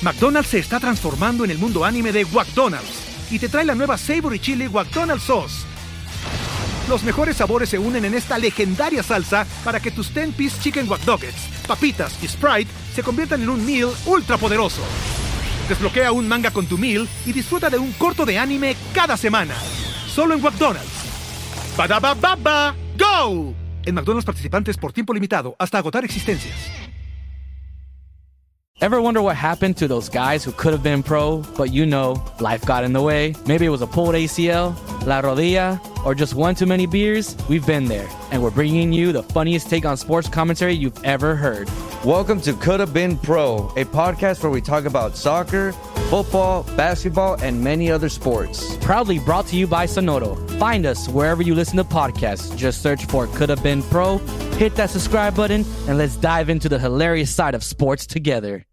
McDonald's se está transformando en el mundo anime de WackDonald's y te trae la nueva Savory Chili WackDonald's Sauce. Los mejores sabores se unen en esta legendaria salsa para que tus 10-piece chicken wack nuggets, papitas y Sprite se conviertan en un meal ultra poderoso. Desbloquea un manga con tu meal y disfruta de un corto de anime cada semana. Solo en McDonald's. ¡Badabababa! ¡Go! En McDonald's participantes por tiempo limitado hasta agotar existencias. Ever wonder what happened to those guys who could have been pro, but life got in the way? Maybe it was a pulled ACL, la rodilla, or just one too many beers? We've been there, and we're bringing you the funniest take on sports commentary you've ever heard. Welcome to Could Have Been Pro, a podcast where we talk about soccer, football, basketball, and many other sports. Proudly brought to you by Sonoro. Find us wherever you listen to podcasts. Just search for Could Have Been Pro, hit that subscribe button, and let's dive into the hilarious side of sports together.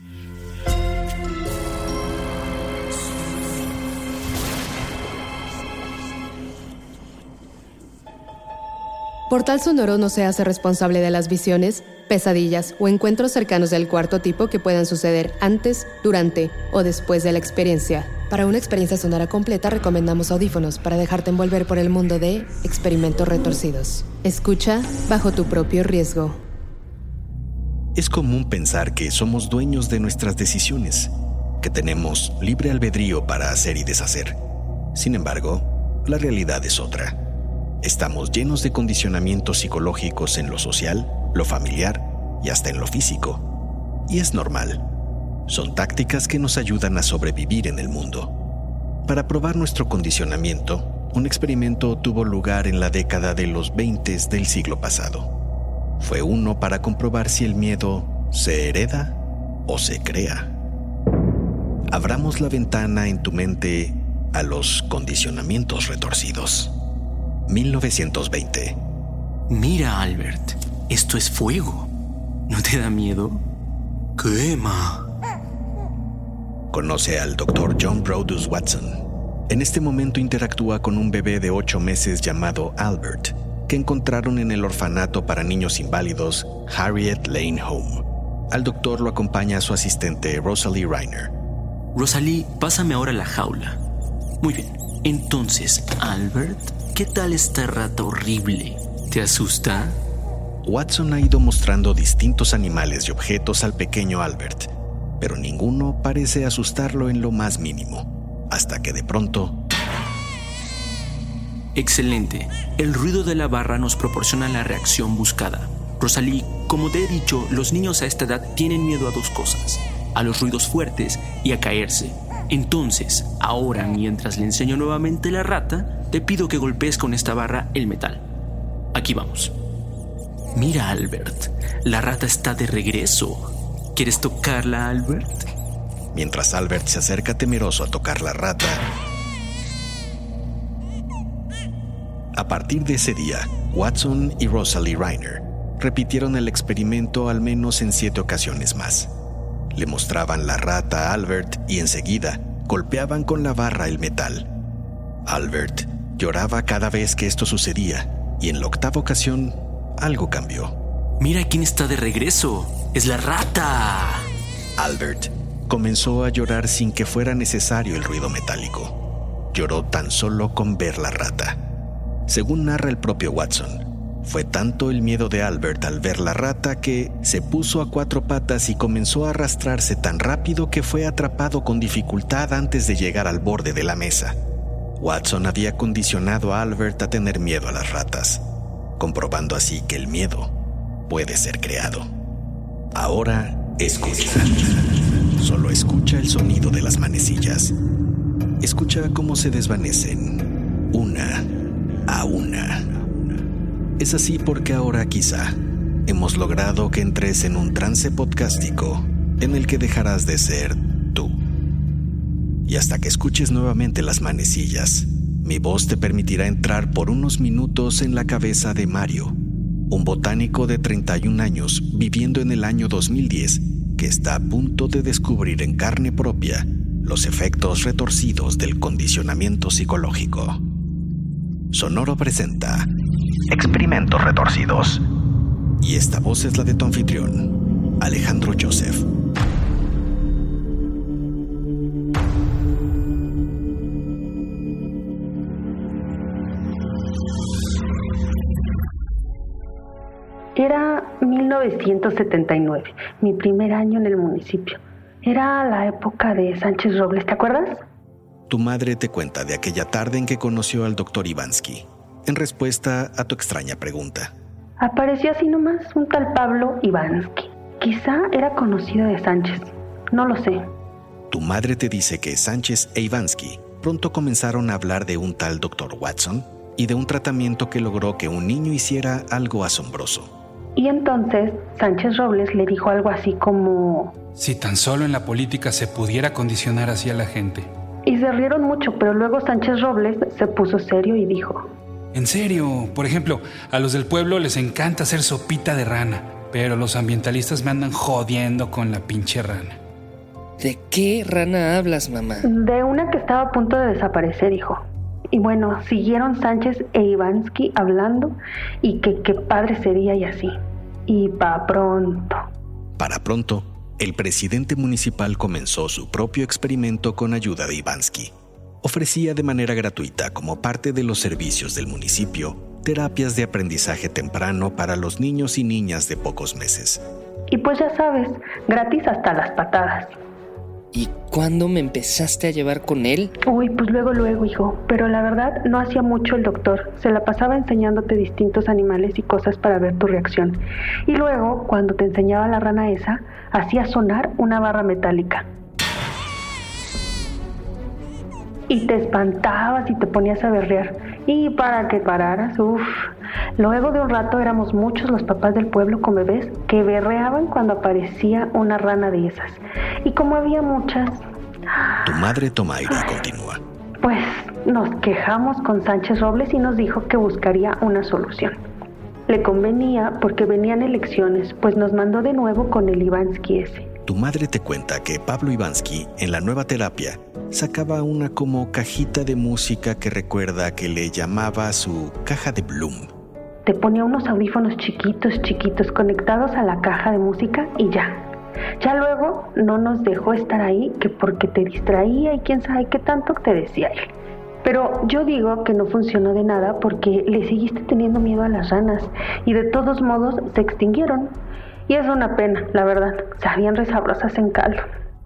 Portal Sonoro no se hace responsable de las visiones, pesadillas o encuentros cercanos del cuarto tipo que puedan suceder antes, durante o después de la experiencia. Para una experiencia sonora completa recomendamos audífonos para dejarte envolver por el mundo de experimentos retorcidos. Escucha bajo tu propio riesgo. Es común pensar que somos dueños de nuestras decisiones, que tenemos libre albedrío para hacer y deshacer. Sin embargo, la realidad es otra. Estamos llenos de condicionamientos psicológicos en lo social, lo familiar y hasta en lo físico. Y es normal. Son tácticas que nos ayudan a sobrevivir en el mundo. Para probar nuestro condicionamiento, un experimento tuvo lugar en la década de los 20 del siglo pasado. Fue uno para comprobar si el miedo se hereda o se crea. Abramos la ventana en tu mente a los condicionamientos retorcidos. 1920. Mira, Albert, esto es fuego. ¿No te da miedo? ¡Quema! Conoce al Dr. John Brodus Watson. En este momento interactúa con un bebé de 8 meses llamado Albert, que encontraron en el orfanato para niños inválidos Harriet Lane Home. Al doctor lo acompaña su asistente Rosalie Reiner. Rosalie, pásame ahora la jaula. Muy bien. Entonces, Albert, ¿qué tal esta rata horrible? ¿Te asusta? Watson ha ido mostrando distintos animales y objetos al pequeño Albert, pero ninguno parece asustarlo en lo más mínimo, hasta que de pronto... Excelente. El ruido de la barra nos proporciona la reacción buscada. Rosalie, como te he dicho, los niños a esta edad tienen miedo a dos cosas: a los ruidos fuertes y a caerse. Entonces, ahora, mientras le enseño nuevamente la rata, te pido que golpees con esta barra el metal. Aquí vamos. Mira, Albert, la rata está de regreso. ¿Quieres tocarla, Albert? Mientras Albert se acerca temeroso a tocar la rata, a partir de ese día, Watson y Rosalie Reiner repitieron el experimento al menos en 7 ocasiones más. Le mostraban la rata a Albert y enseguida golpeaban con la barra el metal. Albert lloraba cada vez que esto sucedía y en la 8ª ocasión algo cambió. ¡Mira quién está de regreso! ¡Es la rata! Albert comenzó a llorar sin que fuera necesario el ruido metálico. Lloró tan solo con ver la rata. Según narra el propio Watson, fue tanto el miedo de Albert al ver la rata que se puso a 4 patas y comenzó a arrastrarse tan rápido que fue atrapado con dificultad antes de llegar al borde de la mesa. Watson había condicionado a Albert a tener miedo a las ratas, comprobando así que el miedo puede ser creado. Ahora escucha. Solo escucha el sonido de las manecillas. Escucha cómo se desvanecen, una a una. Es así porque ahora quizá hemos logrado que entres en un trance podcástico en el que dejarás de ser tú. Y hasta que escuches nuevamente las manecillas, mi voz te permitirá entrar por unos minutos en la cabeza de Mario, un botánico de 31 años viviendo en el año 2010 que está a punto de descubrir en carne propia los efectos retorcidos del condicionamiento psicológico. Sonoro presenta Experimentos Retorcidos. Y esta voz es la de tu anfitrión, Alejandro Joseph. 1979, mi primer año en el municipio. Era la época de Sánchez Robles, ¿te acuerdas? Tu madre te cuenta de aquella tarde en que conoció al doctor Ivansky, en respuesta a tu extraña pregunta. Apareció así nomás un tal Pablo Ivansky. Quizá era conocido de Sánchez, no lo sé. Tu madre te dice que Sánchez e Ivansky pronto comenzaron a hablar de un tal doctor Watson y de un tratamiento que logró que un niño hiciera algo asombroso. Y entonces Sánchez Robles le dijo algo así como... Si tan solo en la política se pudiera condicionar así a la gente. Y se rieron mucho, pero luego Sánchez Robles se puso serio y dijo... En serio, por ejemplo, a los del pueblo les encanta hacer sopita de rana, pero los ambientalistas me andan jodiendo con la pinche rana. ¿De qué rana hablas, mamá? De una que estaba a punto de desaparecer, hijo. Y bueno, siguieron Sánchez e Ivansky hablando y que qué padre sería y así. Y para pronto. Para pronto, el presidente municipal comenzó su propio experimento con ayuda de Ivansky. Ofrecía de manera gratuita, como parte de los servicios del municipio, terapias de aprendizaje temprano para los niños y niñas de pocos meses. Y pues ya sabes, gratis hasta las patadas. ¿Y cuándo me empezaste a llevar con él? Uy, pues luego, hijo. Pero la verdad, no hacía mucho el doctor. Se la pasaba enseñándote distintos animales y cosas para ver tu reacción. Y luego, cuando te enseñaba la rana esa, hacía sonar una barra metálica. Y te espantabas y te ponías a berrear. Y para que pararas, Luego de un rato éramos muchos los papás del pueblo con bebés que berreaban cuando aparecía una rana de esas. Y como había muchas... Tu madre toma aire y continúa. Pues nos quejamos con Sánchez Robles y nos dijo que buscaría una solución. Le convenía porque venían elecciones, pues nos mandó de nuevo con el Ivansky ese. Tu madre te cuenta que Pablo Ivansky, en la nueva terapia, sacaba una como cajita de música que recuerda que le llamaba su caja de Bloom. Te ponía unos audífonos chiquitos conectados a la caja de música y ya. Ya luego no nos dejó estar ahí, que porque te distraía y quién sabe qué tanto te decía él. Pero yo digo que no funcionó de nada porque le seguiste teniendo miedo a las ranas y de todos modos se extinguieron. Y es una pena, la verdad, sabían re sabrosas en caldo.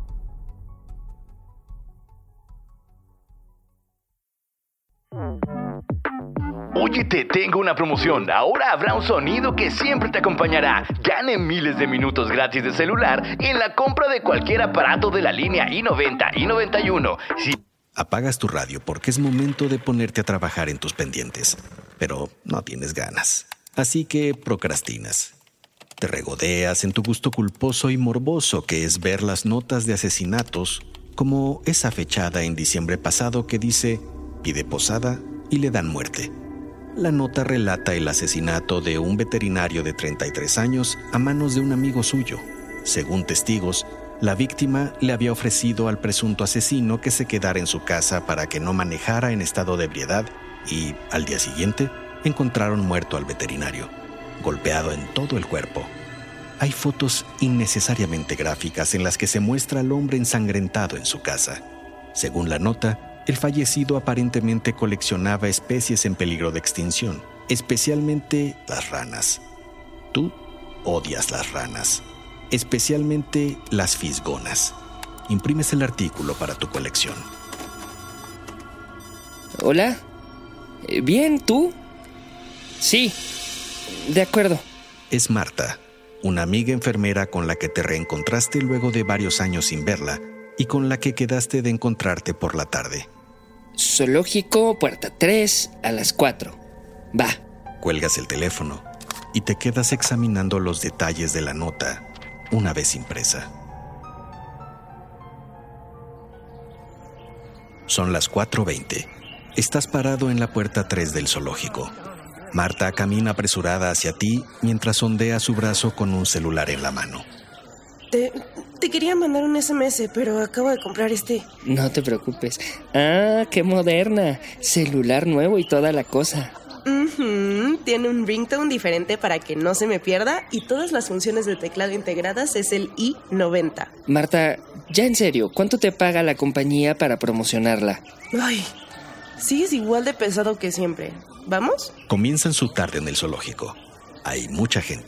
Oye, te tengo una promoción. Ahora habrá un sonido que siempre te acompañará. Gane miles de minutos gratis de celular en la compra de cualquier aparato de la línea i90, i91. Apagas tu radio porque es momento de ponerte a trabajar en tus pendientes, pero no tienes ganas. Así que procrastinas. Te regodeas en tu gusto culposo y morboso que es ver las notas de asesinatos, como esa fechada en diciembre pasado que dice pide posada y le dan muerte. La nota relata el asesinato de un veterinario de 33 años a manos de un amigo suyo. Según testigos, la víctima le había ofrecido al presunto asesino que se quedara en su casa para que no manejara en estado de ebriedad y, al día siguiente, encontraron muerto al veterinario, golpeado en todo el cuerpo. Hay fotos innecesariamente gráficas en las que se muestra al hombre ensangrentado en su casa. Según la nota, el fallecido aparentemente coleccionaba especies en peligro de extinción, especialmente las ranas. Tú odias las ranas, especialmente las fisgonas. Imprimes el artículo para tu colección. ¿Hola? ¿Bien, tú? Sí, de acuerdo. Es Marta, una amiga enfermera con la que te reencontraste luego de varios años sin verla y con la que quedaste de encontrarte por la tarde. Zoológico, puerta 3, a las 4. Va. Cuelgas el teléfono y te quedas examinando los detalles de la nota una vez impresa. Son las 4:20. Estás parado en la puerta 3 del zoológico. Marta camina apresurada hacia ti mientras sondea su brazo con un celular en la mano. Te quería mandar un SMS, pero acabo de comprar este. No te preocupes. Ah, qué moderna. Celular nuevo y toda la cosa. Tiene un ringtone diferente para que no se me pierda y todas las funciones de teclado integradas es el i90. Marta, ya en serio, ¿cuánto te paga la compañía para promocionarla? Ay, sigues igual de pesado que siempre. ¿Vamos? Comienzan su tarde en el zoológico. Hay mucha gente.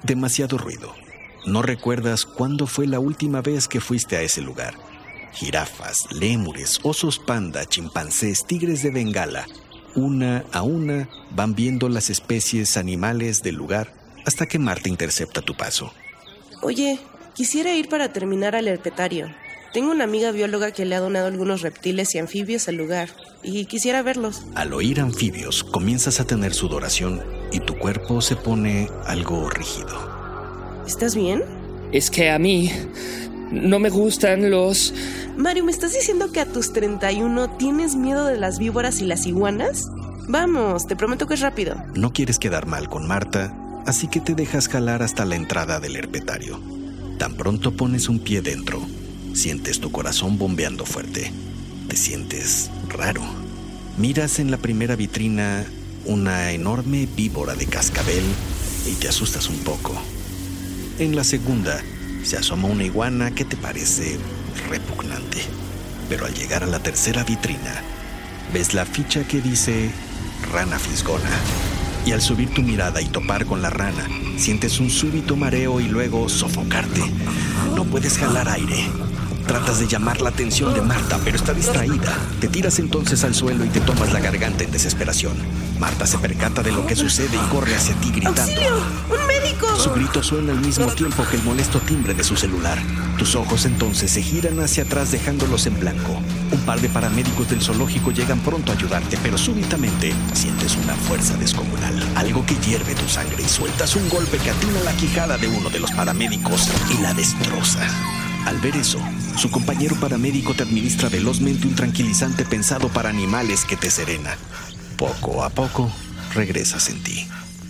Demasiado ruido. No recuerdas cuándo fue la última vez que fuiste a ese lugar. Jirafas, lémures, osos panda, chimpancés, tigres de Bengala. Una a una van viendo las especies animales del lugar hasta que Marta intercepta tu paso. Oye, quisiera ir para terminar al herpetario. Tengo una amiga bióloga que le ha donado algunos reptiles y anfibios al lugar y quisiera verlos. Al oír anfibios, comienzas a tener sudoración y tu cuerpo se pone algo rígido. ¿Estás bien? Es que a mí no me gustan los... Mario, ¿me estás diciendo que a tus 31 tienes miedo de las víboras y las iguanas? Vamos, te prometo que es rápido. No quieres quedar mal con Marta, así que te dejas jalar hasta la entrada del herpetario. Tan pronto pones un pie dentro, sientes tu corazón bombeando fuerte. Te sientes raro. Miras en la primera vitrina una enorme víbora de cascabel y te asustas un poco. En la segunda se asoma una iguana que te parece repugnante. Pero al llegar a la tercera vitrina, ves la ficha que dice rana fisgona. Y al subir tu mirada y topar con la rana, sientes un súbito mareo y luego sofocarte. No puedes jalar aire. Tratas de llamar la atención de Marta, pero está distraída. Te tiras entonces al suelo y te tomas la garganta en desesperación. Marta se percata de lo que sucede y corre hacia ti gritando. ¡Auxilio! ¡Un médico! Su grito suena al mismo tiempo que el molesto timbre de su celular. Tus ojos entonces se giran hacia atrás dejándolos en blanco. Un par de paramédicos del zoológico llegan pronto a ayudarte, pero súbitamente sientes una fuerza descomunal. Algo que hierve tu sangre y sueltas un golpe que atina la quijada de uno de los paramédicos y la destroza. Al ver eso, su compañero paramédico te administra velozmente un tranquilizante pensado para animales que te serena. Poco a poco, regresas en ti.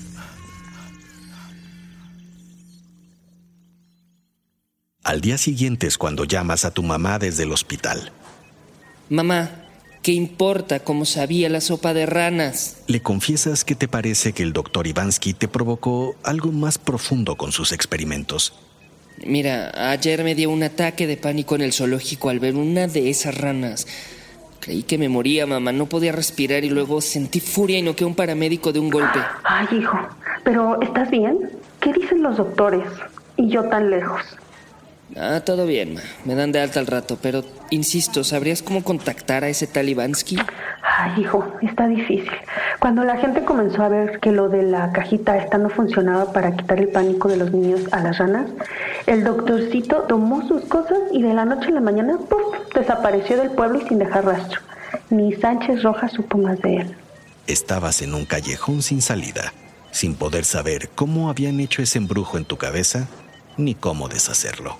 Al día siguiente es cuando llamas a tu mamá desde el hospital. Mamá, ¿qué importa cómo sabía la sopa de ranas? Le confiesas que te parece que el doctor Ivansky te provocó algo más profundo con sus experimentos. Mira, ayer me dio un ataque de pánico en el zoológico al ver una de esas ranas. Creí que me moría, mamá. No podía respirar y luego sentí furia y noqueé a un paramédico de un golpe. Ay, hijo, ¿pero estás bien? ¿Qué dicen los doctores? Y yo tan lejos. Todo bien, ma. Me dan de alta al rato, pero insisto, ¿sabrías cómo contactar a ese tal Ivansky? Ay, hijo, está difícil. Cuando la gente comenzó a ver que lo de la cajita esta no funcionaba para quitar el pánico de los niños a las ranas, el doctorcito tomó sus cosas y de la noche a la mañana, ¡puf!, desapareció del pueblo y sin dejar rastro. Ni Sánchez Rojas supo más de él. Estabas en un callejón sin salida, sin poder saber cómo habían hecho ese embrujo en tu cabeza, ni cómo deshacerlo.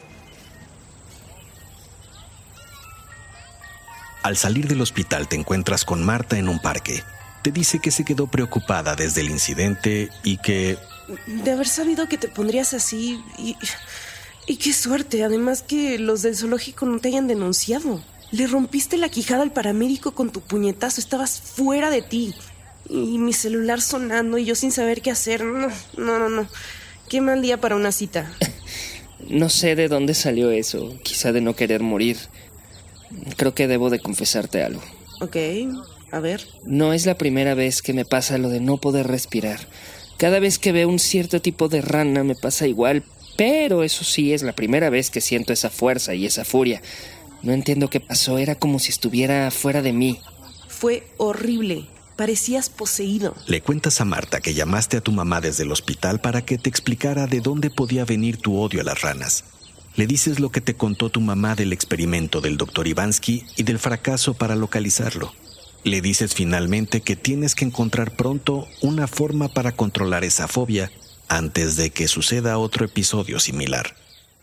Al salir del hospital te encuentras con Marta en un parque. Te dice que se quedó preocupada desde el incidente y que... De haber sabido que te pondrías así y qué suerte, además que los del zoológico no te hayan denunciado. Le rompiste la quijada al paramédico con tu puñetazo, estabas fuera de ti. Y mi celular sonando y yo sin saber qué hacer. No. Qué mal día para una cita. No sé de dónde salió eso, quizá de no querer morir. Creo que debo de confesarte algo. Ok, a ver. No es la primera vez que me pasa lo de no poder respirar. Cada vez que veo un cierto tipo de rana me pasa igual, pero eso sí es la primera vez que siento esa fuerza y esa furia. No entiendo qué pasó, era como si estuviera fuera de mí. Fue horrible, parecías poseído. Le cuentas a Marta que llamaste a tu mamá desde el hospital para que te explicara de dónde podía venir tu odio a las ranas. Le dices lo que te contó tu mamá del experimento del doctor Ivansky y del fracaso para localizarlo. Le dices finalmente que tienes que encontrar pronto una forma para controlar esa fobia antes de que suceda otro episodio similar.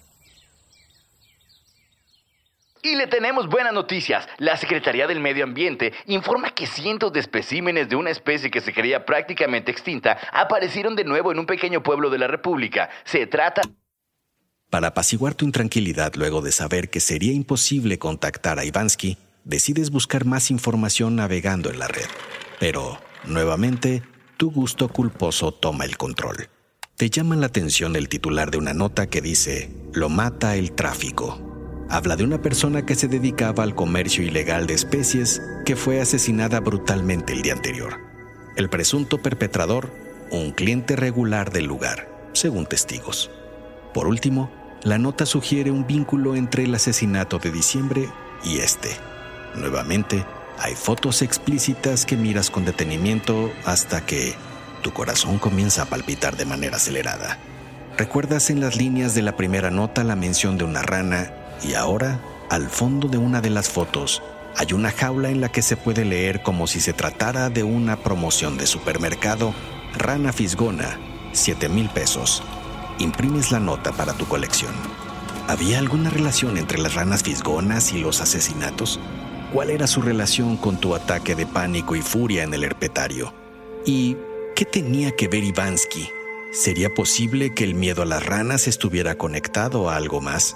Y le tenemos buenas noticias. La Secretaría del Medio Ambiente informa que cientos de especímenes de una especie que se creía prácticamente extinta aparecieron de nuevo en un pequeño pueblo de la República. Se trata... Para apaciguar tu intranquilidad luego de saber que sería imposible contactar a Ivansky, decides buscar más información navegando en la red. Pero, nuevamente, tu gusto culposo toma el control. Te llama la atención el titular de una nota que dice: "Lo mata el tráfico". Habla de una persona que se dedicaba al comercio ilegal de especies que fue asesinada brutalmente el día anterior. El presunto perpetrador, un cliente regular del lugar. según testigos. Por último, la nota sugiere un vínculo entre el asesinato de diciembre y este. Nuevamente, hay fotos explícitas que miras con detenimiento hasta que tu corazón comienza a palpitar de manera acelerada. Recuerdas en las líneas de la primera nota la mención de una rana y ahora, al fondo de una de las fotos, hay una jaula en la que se puede leer como si se tratara de una promoción de supermercado: rana fisgona, 7,000 pesos. Imprimes la nota para tu colección. ¿Había alguna relación entre las ranas fisgonas y los asesinatos? ¿Cuál era su relación con tu ataque de pánico y furia en el herpetario? ¿Y qué tenía que ver Ivansky? ¿Sería posible que el miedo a las ranas estuviera conectado a algo más?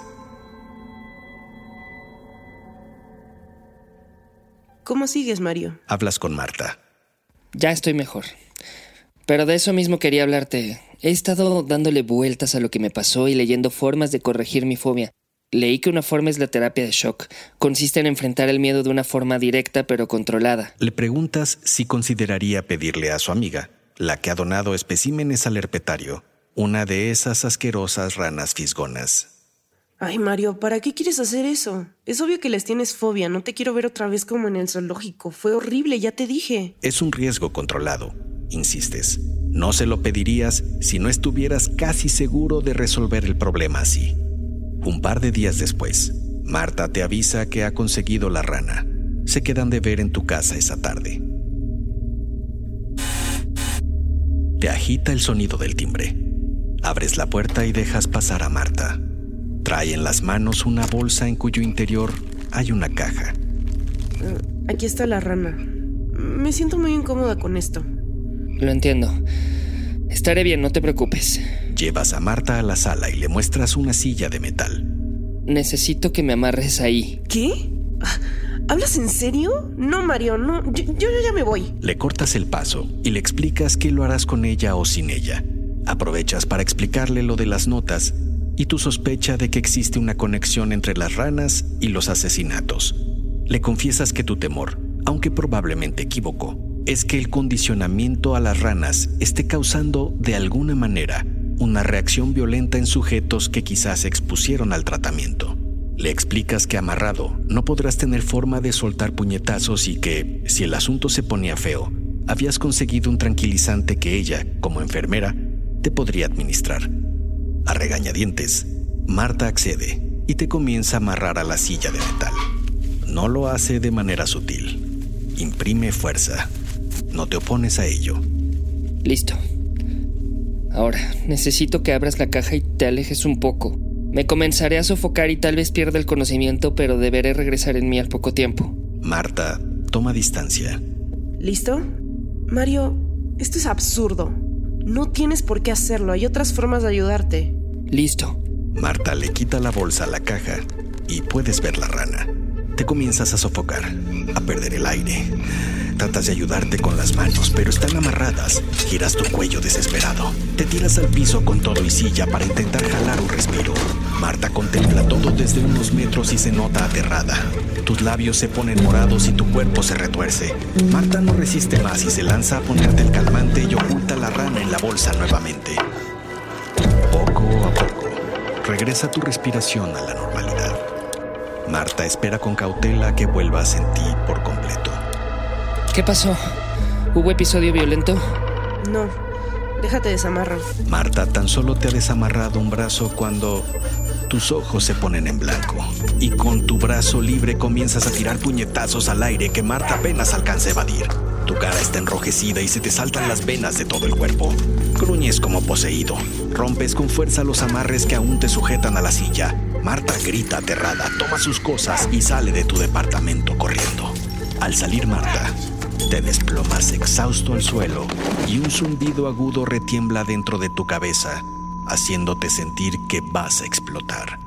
¿Cómo sigues, Mario? Hablas con Marta. Ya estoy mejor. Pero de eso mismo quería hablarte. He estado dándole vueltas a lo que me pasó y leyendo formas de corregir mi fobia. Leí que una forma es la terapia de shock. Consiste en enfrentar el miedo de una forma directa pero controlada. Le preguntas si consideraría pedirle a su amiga, la que ha donado especímenes al herpetario, una de esas asquerosas ranas fisgonas. Ay, Mario, ¿para qué quieres hacer eso? Es obvio que les tienes fobia. No te quiero ver otra vez como en el zoológico. Fue horrible, ya te dije. Es un riesgo controlado, insistes. No se lo pedirías si no estuvieras casi seguro de resolver el problema así. Un par de días después, Marta te avisa que ha conseguido la rana. Se quedan de ver en tu casa esa tarde. Te agita el sonido del timbre. Abres la puerta y dejas pasar a Marta. Trae en las manos una bolsa en cuyo interior hay una caja. Aquí está la rana. Me siento muy incómoda con esto. Lo entiendo. Estaré bien, no te preocupes. Llevas a Marta a la sala y le muestras una silla de metal. Necesito que me amarres ahí. ¿Qué? ¿Hablas en serio? No, Mario, no. Yo ya me voy. Le cortas el paso y le explicas que lo harás con ella o sin ella. Aprovechas para explicarle lo de las notas y tu sospecha de que existe una conexión entre las ranas y los asesinatos. Le confiesas que tu temor, aunque probablemente equívoco, es que el condicionamiento a las ranas esté causando, de alguna manera, una reacción violenta en sujetos que quizás se expusieron al tratamiento. Le explicas que amarrado no podrás tener forma de soltar puñetazos y que, si el asunto se ponía feo, habías conseguido un tranquilizante que ella, como enfermera, te podría administrar. A regañadientes, Marta accede y te comienza a amarrar a la silla de metal. No lo hace de manera sutil. Imprime fuerza. No te opones a ello. Listo. Ahora, necesito que abras la caja y te alejes un poco. Me comenzaré a sofocar y tal vez pierda el conocimiento, pero deberé regresar en mí al poco tiempo. Marta toma distancia. ¿Listo? Mario, esto es absurdo. No tienes por qué hacerlo. Hay otras formas de ayudarte. Listo. Marta le quita la bolsa a la caja y puedes ver la rana. Te comienzas a sofocar, a perder el aire. Tratas de ayudarte con las manos, pero están amarradas. Giras tu cuello desesperado. Te tiras al piso con todo y silla para intentar jalar un respiro. Marta contempla todo desde unos metros y se nota aterrada. Tus labios se ponen morados y tu cuerpo se retuerce. Marta no resiste más y se lanza a ponerte el calmante y oculta la rana en la bolsa nuevamente. Poco a poco, regresa tu respiración a la normalidad. Marta espera con cautela que vuelvas en ti por completo. ¿Qué pasó? ¿Hubo episodio violento? No, déjate desamarrar. Marta tan solo te ha desamarrado un brazo cuando tus ojos se ponen en blanco y con tu brazo libre comienzas a tirar puñetazos al aire que Marta apenas alcanza a evadir. Tu cara está enrojecida y se te saltan las venas de todo el cuerpo. Gruñes como poseído. Rompes con fuerza los amarres que aún te sujetan a la silla. Marta grita aterrada, toma sus cosas y sale de tu departamento corriendo. Al salir Marta, te desplomas exhausto al suelo y un zumbido agudo retiembla dentro de tu cabeza, haciéndote sentir que vas a explotar.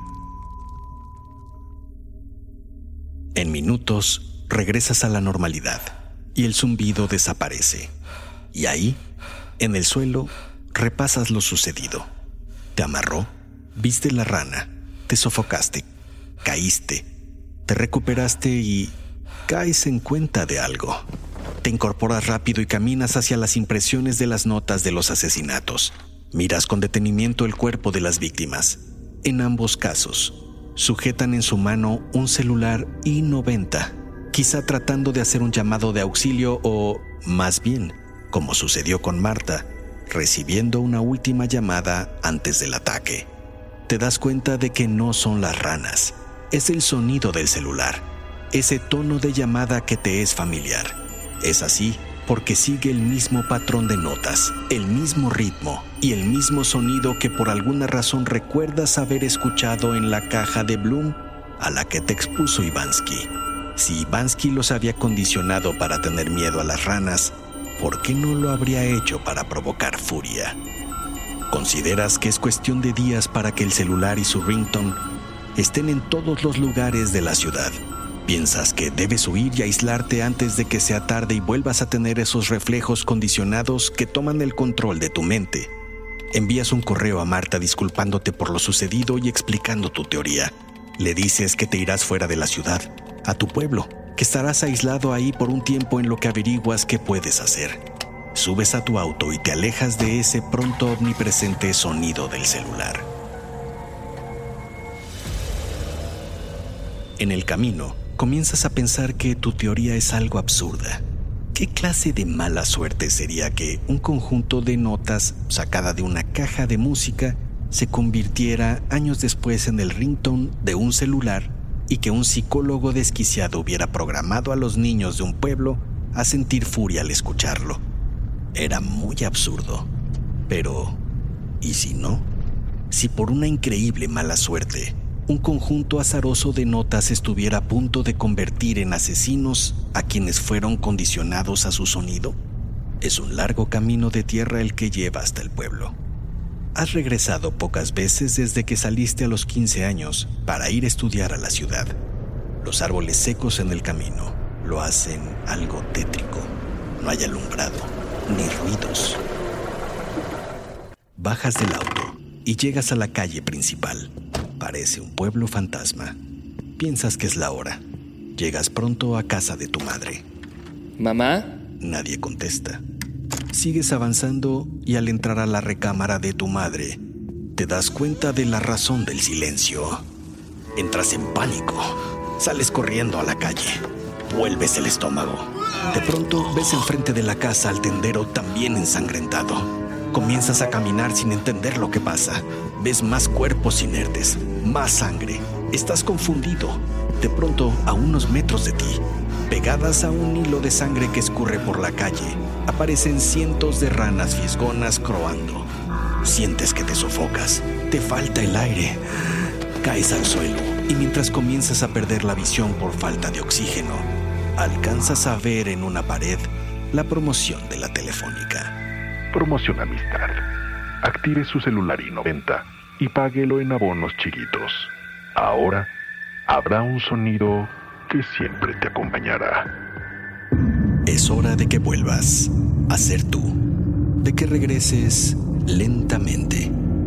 En minutos, regresas a la normalidad y el zumbido desaparece. Y ahí, en el suelo, repasas lo sucedido. Te amarró, viste la rana, te sofocaste, caíste, te recuperaste y caes en cuenta de algo. Te incorporas rápido y caminas hacia las impresiones de las notas de los asesinatos. Miras con detenimiento el cuerpo de las víctimas. En ambos casos, sujetan en su mano un celular i90, quizá tratando de hacer un llamado de auxilio o, más bien, como sucedió con Marta, recibiendo una última llamada antes del ataque. Te das cuenta de que no son las ranas, es el sonido del celular, ese tono de llamada que te es familiar. Es así porque sigue el mismo patrón de notas, el mismo ritmo y el mismo sonido que por alguna razón recuerdas haber escuchado en la caja de Bloom a la que te expuso Ivansky. Si Ivansky los había condicionado para tener miedo a las ranas, ¿por qué no lo habría hecho para provocar furia? Consideras que es cuestión de días para que el celular y su ringtone estén en todos los lugares de la ciudad. Piensas que debes huir y aislarte antes de que sea tarde y vuelvas a tener esos reflejos condicionados que toman el control de tu mente. Envías un correo a Marta disculpándote por lo sucedido y explicando tu teoría. Le dices que te irás fuera de la ciudad, a tu pueblo, que estarás aislado ahí por un tiempo en lo que averiguas qué puedes hacer. Subes a tu auto y te alejas de ese pronto omnipresente sonido del celular. En el camino, comienzas a pensar que tu teoría es algo absurda. ¿Qué clase de mala suerte sería que un conjunto de notas sacada de una caja de música se convirtiera años después en el ringtone de un celular y que un psicólogo desquiciado hubiera programado a los niños de un pueblo a sentir furia al escucharlo? Era muy absurdo. Pero, ¿y si no? Si por una increíble mala suerte, un conjunto azaroso de notas estuviera a punto de convertir en asesinos a quienes fueron condicionados a su sonido. Es un largo camino de tierra el que lleva hasta el pueblo. Has regresado pocas veces desde que saliste a los 15 años para ir a estudiar a la ciudad. Los árboles secos en el camino lo hacen algo tétrico. No hay alumbrado, ni ruidos. Bajas del auto y llegas a la calle principal. Parece un pueblo fantasma. Piensas que es la hora. Llegas pronto a casa de tu madre. ¿Mamá? Nadie contesta. Sigues avanzando y al entrar a la recámara de tu madre, te das cuenta de la razón del silencio. Entras en pánico. Sales corriendo a la calle. Vuelves el estómago. De pronto ves el frente de la casa al tendero también ensangrentado. Comienzas a caminar sin entender lo que pasa. Ves más cuerpos inertes, más sangre. Estás confundido. De pronto, a unos metros de ti, pegadas a un hilo de sangre que escurre por la calle, aparecen cientos de ranas fisgonas croando. Sientes que te sofocas. Te falta el aire. Caes al suelo y mientras comienzas a perder la visión por falta de oxígeno, alcanzas a ver en una pared la promoción de la Telefónica. Promoción Amistad. Active su celular i90 y páguelo en abonos chiquitos. Ahora habrá un sonido que siempre te acompañará. Es hora de que vuelvas a ser tú, de que regreses lentamente.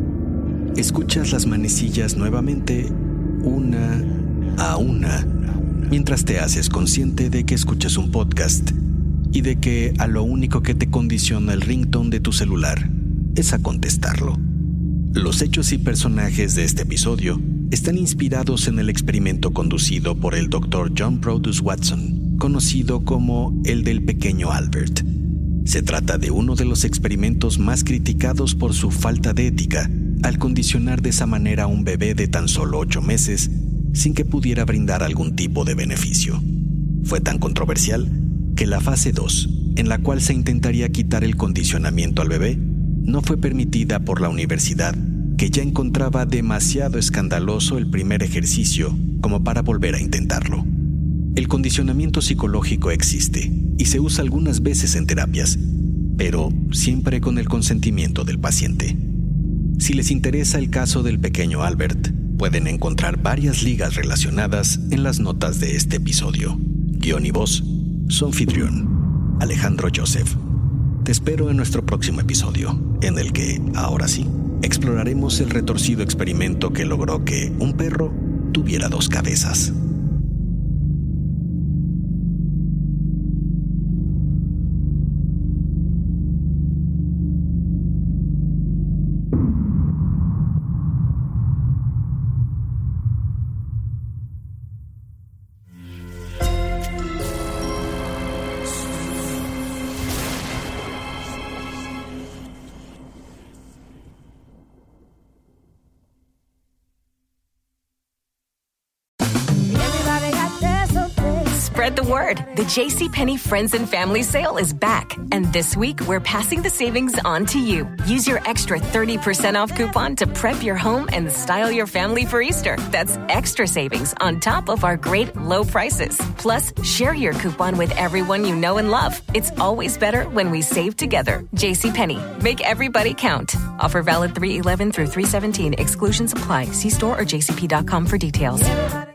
Escuchas las manecillas nuevamente, una a una, mientras te haces consciente de que escuchas un podcast y de que a lo único que te condiciona el ringtone de tu celular es a contestarlo. Los hechos y personajes de este episodio están inspirados en el experimento conducido por el Dr. John Produce Watson, conocido como el del pequeño Albert. Se trata de uno de los experimentos más criticados por su falta de ética al condicionar de esa manera a un bebé de tan solo 8 meses sin que pudiera brindar algún tipo de beneficio. Fue tan controversial que la fase 2, en la cual se intentaría quitar el condicionamiento al bebé, no fue permitida por la universidad, que ya encontraba demasiado escandaloso el primer ejercicio como para volver a intentarlo. El condicionamiento psicológico existe y se usa algunas veces en terapias, pero siempre con el consentimiento del paciente. Si les interesa el caso del pequeño Albert, pueden encontrar varias ligas relacionadas en las notas de este episodio. Guión y voz, su anfitrión, Alejandro Joseph. Te espero en nuestro próximo episodio, en el que, ahora sí, exploraremos el retorcido experimento que logró que un perro tuviera 2 cabezas. spread the word. The JCPenney Friends and Family Sale is back. And this week, we're passing the savings on to you. Use your extra 30% off coupon to prep your home and style your family for Easter. That's extra savings on top of our great low prices. Plus, share your coupon with everyone you know and love. It's always better when we save together. JCPenney. Make everybody count. Offer valid 3/11 through 3/17. Exclusions apply. See store or jcp.com for details.